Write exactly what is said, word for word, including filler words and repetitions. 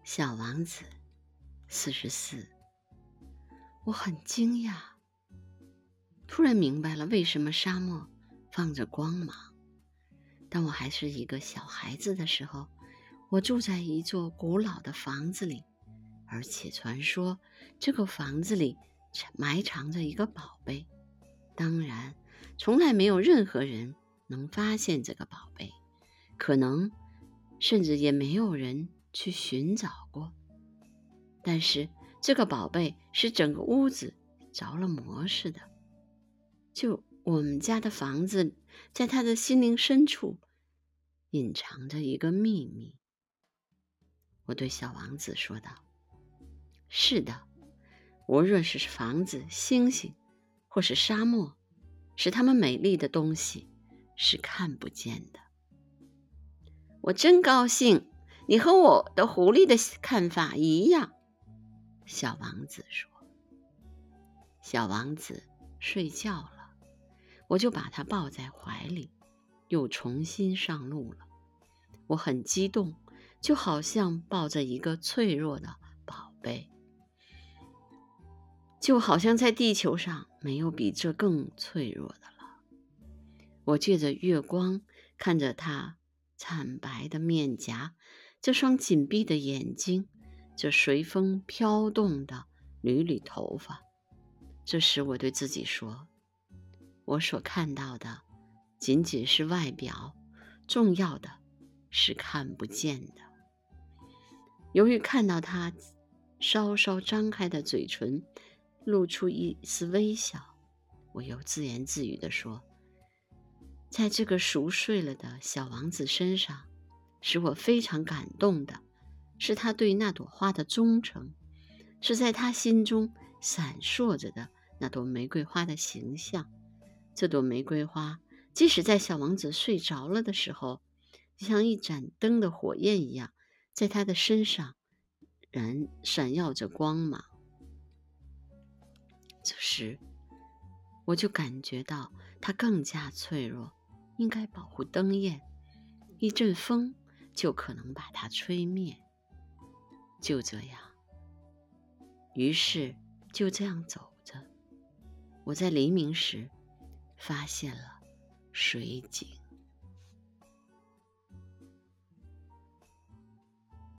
小王子四十四。我很惊讶，突然明白了为什么沙漠放着光芒。当我还是一个小孩子的时候，我住在一座古老的房子里，而且传说这个房子里埋藏着一个宝贝。当然，从来没有任何人能发现这个宝贝，可能甚至也没有人去寻找过。但是这个宝贝是整个屋子着了魔似的，就我们家的房子，在他的心灵深处隐藏着一个秘密。我对小王子说道：是的，无论是房子、星星或是沙漠，使它们美丽的东西是看不见的。我真高兴，你和我的狐狸的看法一样，小王子说。小王子睡觉了，我就把他抱在怀里，又重新上路了。我很激动，就好像抱着一个脆弱的宝贝，就好像在地球上没有比这更脆弱的了。我借着月光看着他惨白的面颊，这双紧闭的眼睛，这随风飘动的缕缕头发。这时我对自己说，我所看到的仅仅是外表，重要的是看不见的。由于看到他稍稍张开的嘴唇露出一丝微笑，我又自言自语地说，在这个熟睡了的小王子身上，使我非常感动的是他对那朵花的忠诚，是在他心中闪烁着的那朵玫瑰花的形象。这朵玫瑰花即使在小王子睡着了的时候，就像一盏灯的火焰一样，在他的身上燃闪耀着光芒。这时我就感觉到它更加脆弱，应该保护灯焰，一阵风就可能把它吹灭。就这样，于是就这样走着，我在黎明时发现了水井。